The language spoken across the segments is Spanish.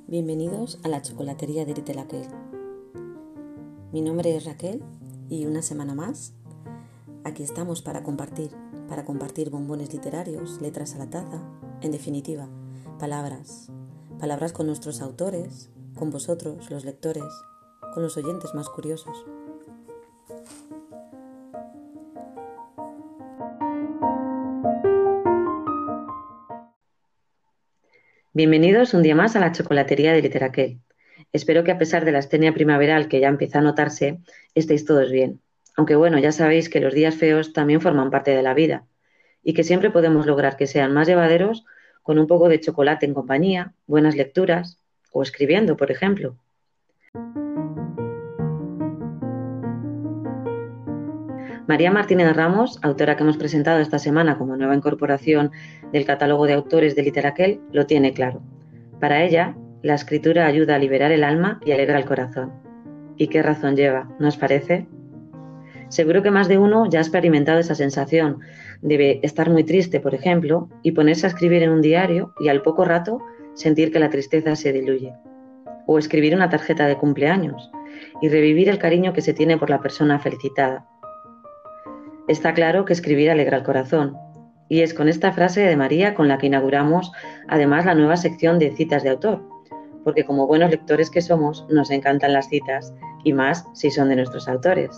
Bienvenidos a la chocolatería de Little Aquel. Mi nombre es Raquel y una semana más aquí estamos para compartir bombones literarios, letras a la taza, en definitiva, palabras con nuestros autores, con vosotros, los lectores, con los oyentes más curiosos. Bienvenidos un día más a la chocolatería de Little Aquel. Espero que a pesar de la astenia primaveral que ya empieza a notarse, estéis todos bien. Aunque bueno, ya sabéis que los días feos también forman parte de la vida y que siempre podemos lograr que sean más llevaderos con un poco de chocolate en compañía, buenas lecturas o escribiendo, por ejemplo. María Martínez Ramos, autora que hemos presentado esta semana como nueva incorporación del catálogo de autores de Little Aquel, lo tiene claro. Para ella, la escritura ayuda a liberar el alma y alegra el corazón. ¿Y qué razón lleva? ¿No os parece? Seguro que más de uno ya ha experimentado esa sensación de estar muy triste, por ejemplo, y ponerse a escribir en un diario y al poco rato sentir que la tristeza se diluye. O escribir una tarjeta de cumpleaños y revivir el cariño que se tiene por la persona felicitada. Está claro que escribir alegra el corazón. Y es con esta frase de María con la que inauguramos además la nueva sección de citas de autor, porque como buenos lectores que somos, nos encantan las citas, y más si son de nuestros autores.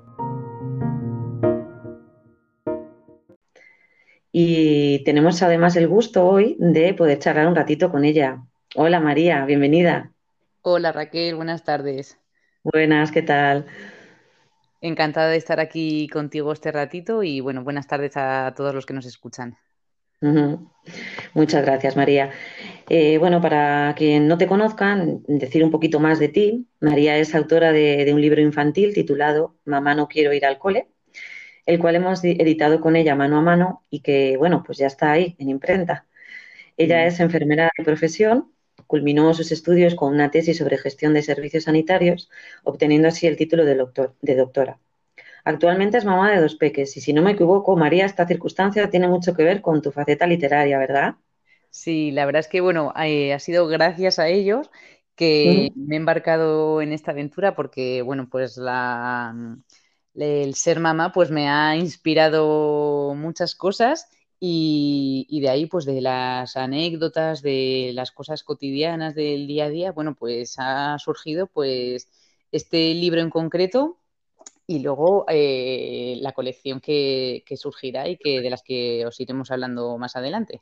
Y tenemos además el gusto hoy de poder charlar un ratito con ella. Hola María, bienvenida. Hola Raquel, buenas tardes. Buenas, ¿qué tal? Encantada de estar aquí contigo este ratito y bueno, buenas tardes a todos los que nos escuchan. Ujú. Muchas gracias, María. Bueno, para quien no te conozcan, decir un poquito más de ti. María es autora de un libro infantil titulado Mamá no quiero ir al cole, el cual hemos editado con ella mano a mano y que, bueno, pues ya está ahí en imprenta. Ella Sí. es enfermera de profesión, culminó sus estudios con una tesis sobre gestión de servicios sanitarios, obteniendo así el título de doctora. Actualmente es mamá de 2 peques y, si no me equivoco, María, esta circunstancia tiene mucho que ver con tu faceta literaria, ¿verdad? Sí, la verdad es que bueno, ha sido gracias a ellos que Ujú. me he embarcado en esta aventura porque bueno, pues el ser mamá pues me ha inspirado muchas cosas y de ahí pues de las anécdotas, de las cosas cotidianas del día a día, bueno, pues ha surgido pues este libro en concreto. Y luego la colección que surgirá y que de las que os iremos hablando más adelante.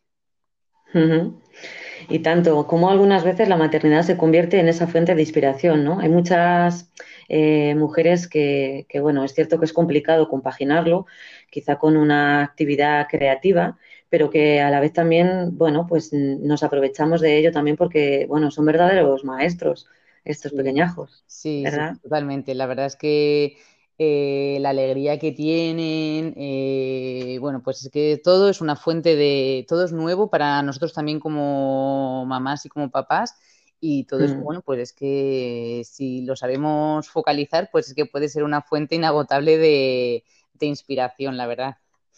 Ujú. Y tanto como algunas veces la maternidad se convierte en esa fuente de inspiración, ¿no? Hay muchas mujeres bueno, es cierto que es complicado compaginarlo, quizá con una actividad creativa, pero que a la vez también, bueno, pues nos aprovechamos de ello también porque, bueno, son verdaderos maestros estos Sí, pequeñajos, sí, sí, ¿verdad? totalmente. La verdad es que la alegría que tienen, bueno, pues es que todo es una fuente todo es nuevo para nosotros también como mamás y como papás. Y todo eso, Mm. bueno, pues es que si lo sabemos focalizar, pues es que puede ser una fuente inagotable de inspiración, la verdad.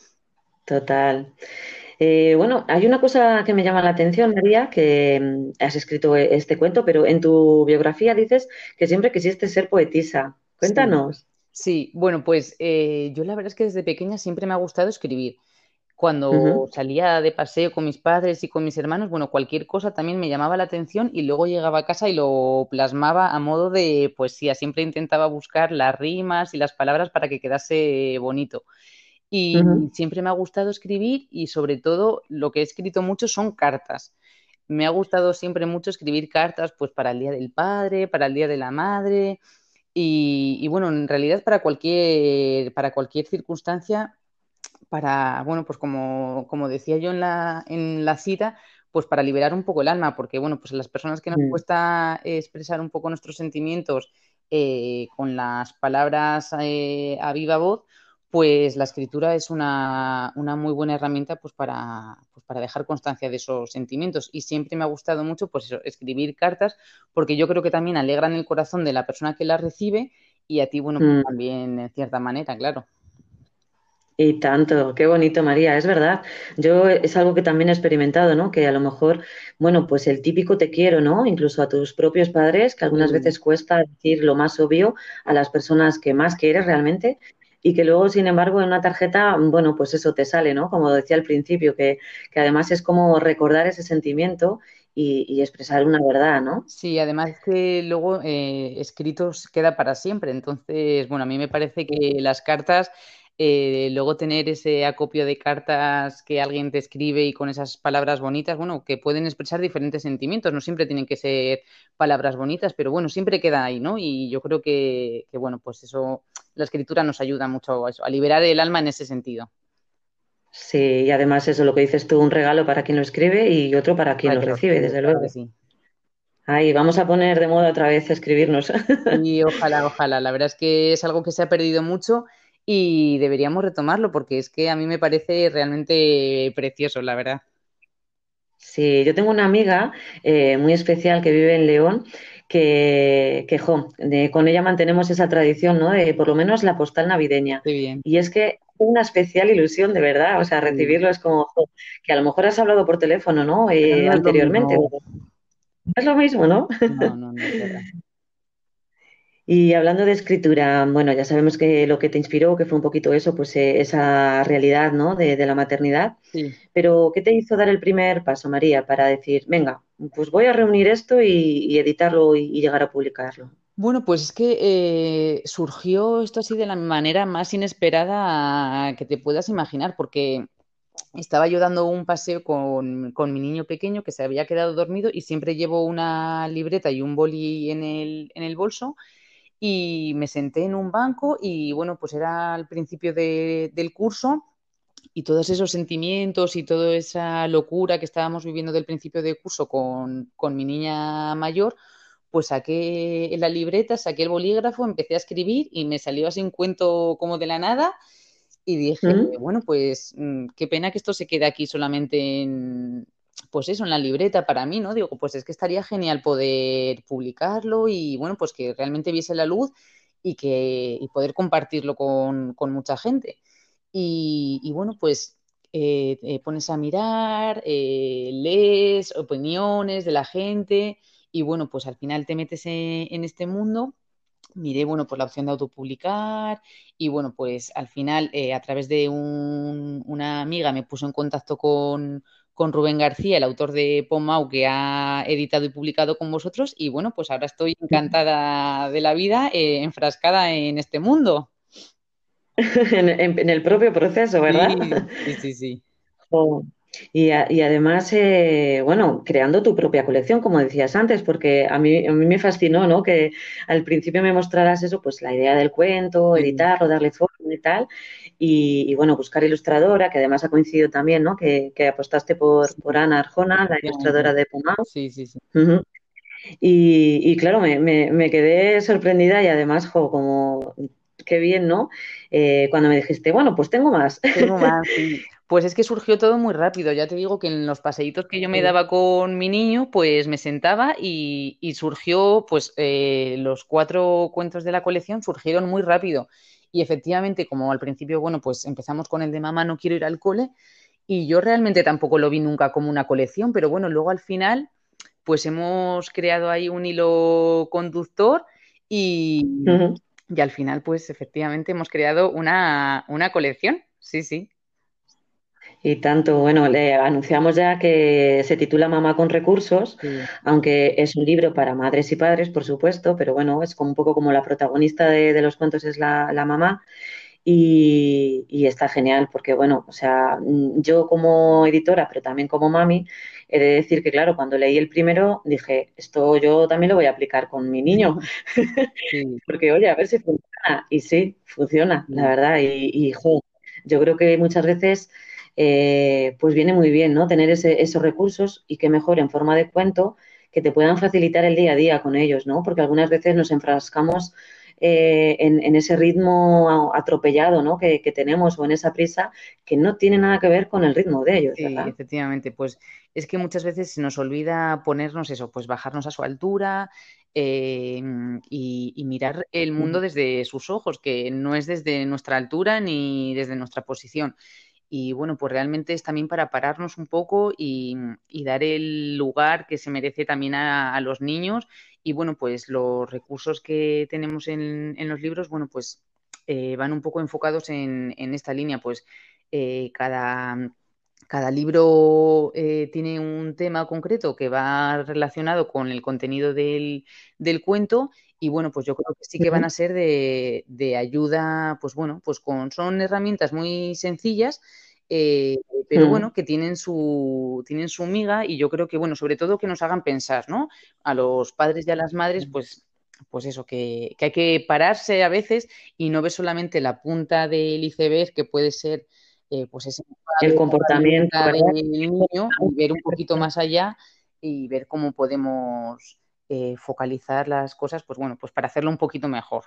Total. Bueno, hay una cosa que me llama la atención, María, que has escrito este cuento, pero en tu biografía dices que siempre quisiste ser poetisa. Sí. Cuéntanos. Sí, bueno, pues yo la verdad es que desde pequeña siempre me ha gustado escribir. Cuando Ujú, salía de paseo con mis padres y con mis hermanos, bueno, cualquier cosa también me llamaba la atención y luego llegaba a casa y lo plasmaba a modo de poesía. Siempre intentaba buscar las rimas y las palabras para que quedase bonito. Y ujú, siempre me ha gustado escribir y sobre todo lo que he escrito mucho son cartas. Me ha gustado siempre mucho escribir cartas pues para el Día del Padre, para el Día de la Madre y bueno, en realidad para cualquier circunstancia, bueno, pues como decía yo en la cita, pues para liberar un poco el alma, porque bueno, pues a las personas que nos ujú. cuesta expresar un poco nuestros sentimientos con las palabras a viva voz, pues la escritura es una muy buena herramienta pues para dejar constancia de esos sentimientos. Y siempre me ha gustado mucho pues eso, escribir cartas, porque yo creo que también alegran el corazón de la persona que las recibe y a ti, bueno, pues Mm. también en cierta manera, claro. Y tanto, qué bonito, María, es verdad. Yo es algo que también he experimentado, ¿no? Que a lo mejor, bueno, pues el típico te quiero, ¿no? Incluso a tus propios padres, que algunas Sí, veces cuesta decir lo más obvio a las personas que más quieres realmente y que luego, sin embargo, en una tarjeta, bueno, pues eso te sale, ¿no? Como decía al principio, que además es como recordar ese sentimiento y expresar una verdad, ¿no? sí, además es que luego escritos queda para siempre. Entonces, bueno, a mí me parece que las cartas, luego tener ese acopio de cartas que alguien te escribe y con esas palabras bonitas, bueno, que pueden expresar diferentes sentimientos, no siempre tienen que ser palabras bonitas, pero bueno, siempre queda ahí, ¿no? Y yo creo que bueno, pues eso, la escritura nos ayuda mucho a eso, a liberar el alma en ese sentido, Sí, y además eso, lo que dices tú, un regalo para quien lo escribe y otro para quien para lo que lo recibe, recibe, desde claro que luego. sí. Ahí, vamos a poner de moda otra vez escribirnos. Sí, ojalá, ojalá. La verdad es que es algo que se ha perdido mucho y deberíamos retomarlo porque es que a mí me parece realmente precioso, la verdad. Sí, yo tengo una amiga muy especial que vive en León, con ella mantenemos esa tradición, ¿no? De por lo menos la postal navideña. Qué bien. Y es que una especial ilusión, de verdad. O sea, Sí. recibirlo es como, que a lo mejor has hablado por teléfono, ¿no? Pero no es lo Anteriormente. mismo. No es lo mismo, ¿no? No, no, no, es verdad. Y hablando de escritura, bueno, ya sabemos que lo que te inspiró, que fue un poquito eso, pues esa realidad, ¿no? De la maternidad. Sí. Pero, ¿qué te hizo dar el primer paso, María, para decir, venga, pues voy a reunir esto y editarlo y llegar a publicarlo? Bueno, pues es que surgió esto así de la manera más inesperada que te puedas imaginar, porque estaba yo dando un paseo con mi niño pequeño que se había quedado dormido y siempre llevo una libreta y un boli en el bolso. Y me senté en un banco y bueno, pues era al principio del curso y todos esos sentimientos y toda esa locura que estábamos viviendo del principio del curso con mi niña mayor, pues saqué la libreta, saqué el bolígrafo, empecé a escribir y me salió así un cuento como de la nada y dije, ¿Mm? bueno, pues qué pena que esto se quede aquí solamente en, pues eso, en la libreta para mí, ¿no? Digo, pues es que estaría genial poder publicarlo y bueno, pues que realmente viese la luz y poder compartirlo con mucha gente. Y bueno, pues pones a mirar, lees opiniones de la gente y bueno, pues al final te metes en este mundo. Miré, bueno, pues la opción de autopublicar y bueno, pues al final a través de una amiga me puso en contacto con Rubén García, el autor de Pomau, que ha editado y publicado con vosotros y bueno, pues ahora estoy encantada de la vida, enfrascada en este mundo. En el propio proceso, ¿verdad? Sí, sí, sí, sí. Jo. Y además, bueno, creando tu propia colección, como decías antes, porque a mí me fascinó, ¿no? Que al principio me mostraras eso, pues la idea del cuento, Sí, editarlo, darle forma y tal, y bueno, buscar ilustradora, que además ha coincidido también, ¿no? Que apostaste sí, por Ana Arjona, la efectivamente. ilustradora de Pomao. Sí, sí, sí. Ujú. Y claro, me quedé sorprendida y además, jo, como qué bien, ¿no? Cuando me dijiste, bueno, pues tengo más. Tengo más, sí. Pues es que surgió todo muy rápido. Ya te digo que en los paseitos que yo me daba con mi niño, pues me sentaba y surgió, pues los 4 cuentos de la colección surgieron muy rápido. Y efectivamente, como al principio, bueno, pues empezamos con el de mamá, no quiero ir al cole, y yo realmente tampoco lo vi nunca como una colección, pero bueno, luego al final, pues hemos creado ahí un hilo conductor y, Ujú. y al final, pues efectivamente hemos creado una colección. Sí, sí. Y tanto, bueno, le anunciamos ya que se titula Mamá con recursos, Sí, aunque es un libro para madres y padres, por supuesto, pero bueno, es como un poco como la protagonista de los cuentos es la mamá y está genial porque, bueno, o sea, yo como editora, pero también como mami, he de decir que, claro, cuando leí el primero dije, esto yo también lo voy a aplicar con mi niño, sí, porque, oye, a ver si funciona. Y sí, funciona, la sí, verdad. Jo, yo creo que muchas veces, pues viene muy bien, ¿no? Tener esos recursos y que mejor en forma de cuento que te puedan facilitar el día a día con ellos, ¿no? Porque algunas veces nos enfrascamos en ese ritmo atropellado, ¿no? Que tenemos o en esa prisa que no tiene nada que ver con el ritmo de ellos, sí, ¿verdad? efectivamente. Pues es que muchas veces se nos olvida ponernos eso, pues bajarnos a su altura, y mirar el mundo desde sus ojos, que no es desde nuestra altura ni desde nuestra posición. Y bueno, pues realmente es también para pararnos un poco y dar el lugar que se merece también a los niños. Y bueno, pues los recursos que tenemos en los libros, bueno, pues van un poco enfocados en esta línea, pues cada libro tiene un tema concreto que va relacionado con el contenido del cuento y bueno, pues yo creo que sí que van a ser de ayuda, pues bueno, pues son herramientas muy sencillas, eh, pero bueno, que tienen su miga y yo creo que, bueno, sobre todo que nos hagan pensar, ¿no? A los padres y a las madres, pues eso, que hay que pararse a veces y no ver solamente la punta del iceberg que puede ser pues ese El enfado, esa comportamiento, rabietas ¿verdad? del niño y ver un poquito más allá y ver cómo podemos focalizar las cosas, pues bueno, pues para hacerlo un poquito mejor.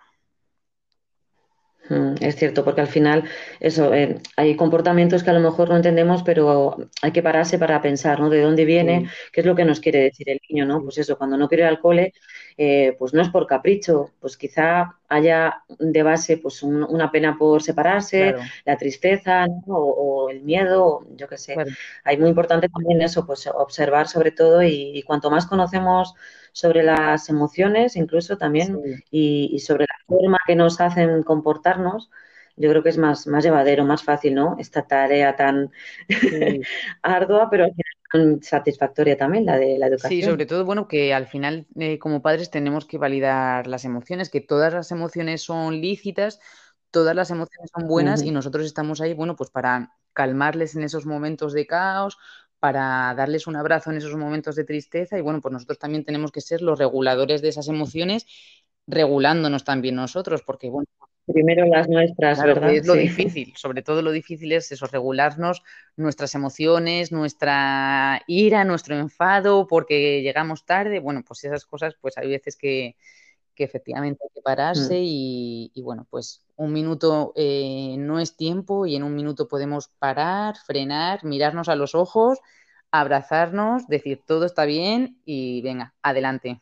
Es cierto, porque al final eso, hay comportamientos que a lo mejor no entendemos, pero hay que pararse para pensar, ¿no? De dónde viene, Sí, qué es lo que nos quiere decir el niño, ¿no? sí, Pues eso, cuando no quiere ir al cole, pues no es por capricho, pues quizá haya de base pues una pena por separarse, claro, la tristeza, ¿no? O el miedo, yo qué sé. claro, Hay muy importante también eso, pues observar sobre todo y cuanto más conocemos sobre las emociones, incluso también sí. y sobre la forma que nos hacen comportarnos, yo creo que es más llevadero, más fácil, ¿no? Esta tarea tan Sí. ardua, pero al final tan satisfactoria también, la de la Sí, educación. sobre todo, bueno, que al final como padres tenemos que validar las emociones, que todas las emociones son lícitas, todas las emociones son buenas y Ujú. nosotros estamos ahí, bueno, pues para calmarles en esos momentos de caos, para darles un abrazo en esos momentos de tristeza y bueno, pues nosotros también tenemos que ser los reguladores de esas emociones, regulándonos también nosotros, porque bueno, Primero las nuestras, claro, que ¿verdad? es lo Sí. difícil, sobre todo lo difícil es eso, regularnos nuestras emociones, nuestra ira, nuestro enfado, porque llegamos tarde. Bueno, pues esas cosas, pues hay veces que efectivamente hay que pararse Mm. y bueno, pues un minuto no es tiempo y en un minuto podemos parar, frenar, mirarnos a los ojos, abrazarnos, decir todo está bien y venga, adelante.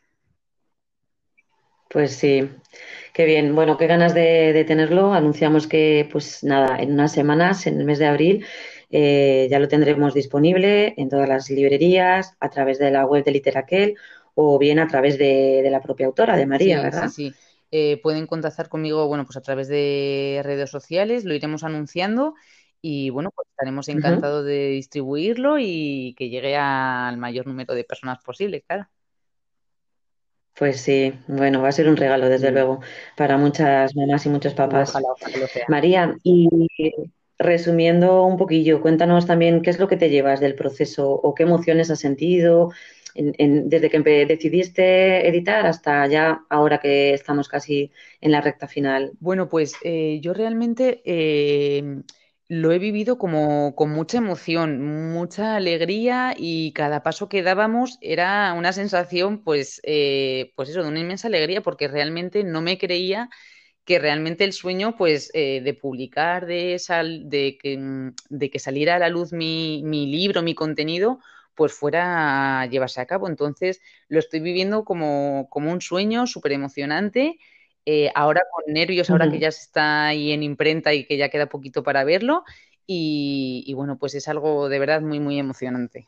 Pues sí, qué bien. Bueno, qué ganas de tenerlo. Anunciamos que, pues nada, en unas semanas, en el mes de abril, ya lo tendremos disponible en todas las librerías, a través de la web de Literaquel o bien a través de la propia autora, de María, Sí, sí, ¿verdad? sí. Pueden contactar conmigo, bueno, pues a través de redes sociales, lo iremos anunciando y bueno, pues estaremos Ujú. encantados de distribuirlo y que llegue al mayor número de personas posible, claro. Pues sí, bueno, va a ser un regalo, desde Sí, luego, para muchas mamás y muchos sí, papás. ojalá lo sea. María, y resumiendo un poquillo, cuéntanos también qué es lo que te llevas del proceso o qué emociones has sentido desde que decidiste editar hasta ya ahora que estamos casi en la recta final. Bueno, pues yo realmente lo he vivido como con mucha emoción, mucha alegría y cada paso que dábamos era una sensación, pues eso, de una inmensa alegría porque realmente no me creía que realmente el sueño, pues, de publicar, de que saliera a la luz mi libro, mi contenido, pues fuera a llevarse a cabo. Entonces, lo estoy viviendo como un sueño súper emocionante. Ahora con nervios, ahora que Ujú. ya se está ahí en imprenta y que ya queda poquito para verlo. Y bueno, pues es algo de verdad muy, muy emocionante.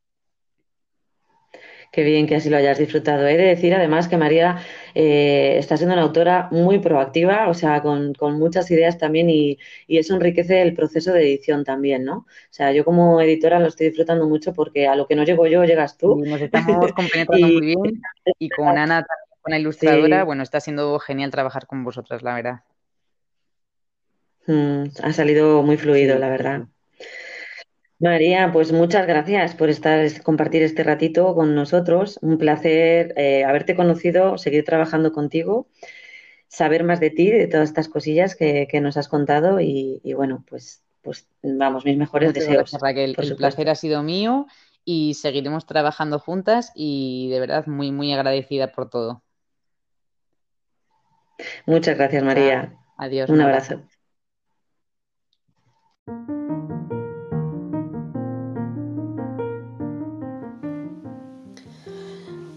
Qué bien que así lo hayas disfrutado. He de decir además que María está siendo una autora muy proactiva, o sea, con muchas ideas también y eso enriquece el proceso de edición también, ¿no? O sea, yo como editora lo estoy disfrutando mucho porque a lo que no llego yo, llegas Y tú. nos estamos compenetrando Y muy bien. Y con Ana, también con la ilustradora, sí, bueno, está siendo genial trabajar con vosotras, la verdad. ha salido muy fluido, Sí, la sí, verdad. sí. María, pues muchas gracias por compartir este ratito con nosotros. Un placer haberte conocido, seguir trabajando contigo, saber más de ti, de todas estas cosillas que nos has contado y bueno, pues vamos, mis Pues mejores muchas gracias, deseos, Raquel. por El placer supuesto. ha sido mío y seguiremos trabajando juntas y de verdad muy, muy agradecida por todo. Muchas gracias, Chao. María. Adiós, un Un abrazo. abrazo.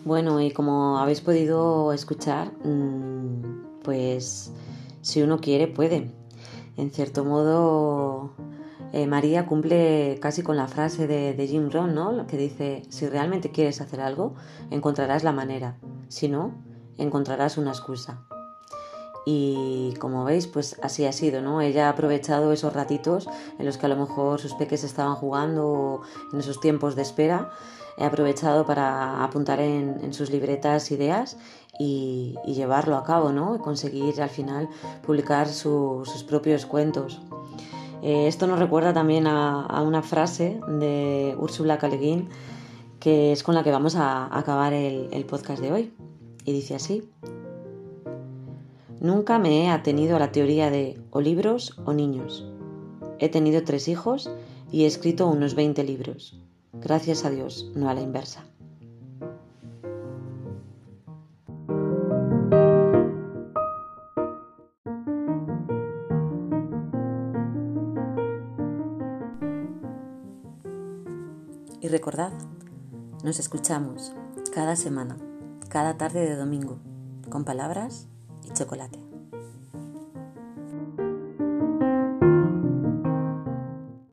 Bueno, y como habéis podido escuchar, pues si uno quiere, puede. En cierto modo, María cumple casi con la frase de Jim Rohn, ¿no? Lo que dice, si realmente quieres hacer algo, encontrarás la manera. Si no, encontrarás una excusa. Y como veis, pues así ha sido, ¿no? Ella ha aprovechado esos ratitos en los que a lo mejor sus peques estaban jugando o en esos tiempos de espera. He aprovechado para apuntar en sus libretas ideas y llevarlo a cabo, ¿no? Y conseguir al final publicar sus propios cuentos. Esto nos recuerda también a una frase de Úrsula K. Le Guin, que es con la que vamos a acabar el podcast de hoy. Y dice así: nunca me he atenido a la teoría de o libros o niños. He tenido 3 hijos y he escrito unos 20 libros. Gracias a Dios, no a la inversa. Y recordad, nos escuchamos cada semana, cada tarde de domingo, con palabras y chocolate.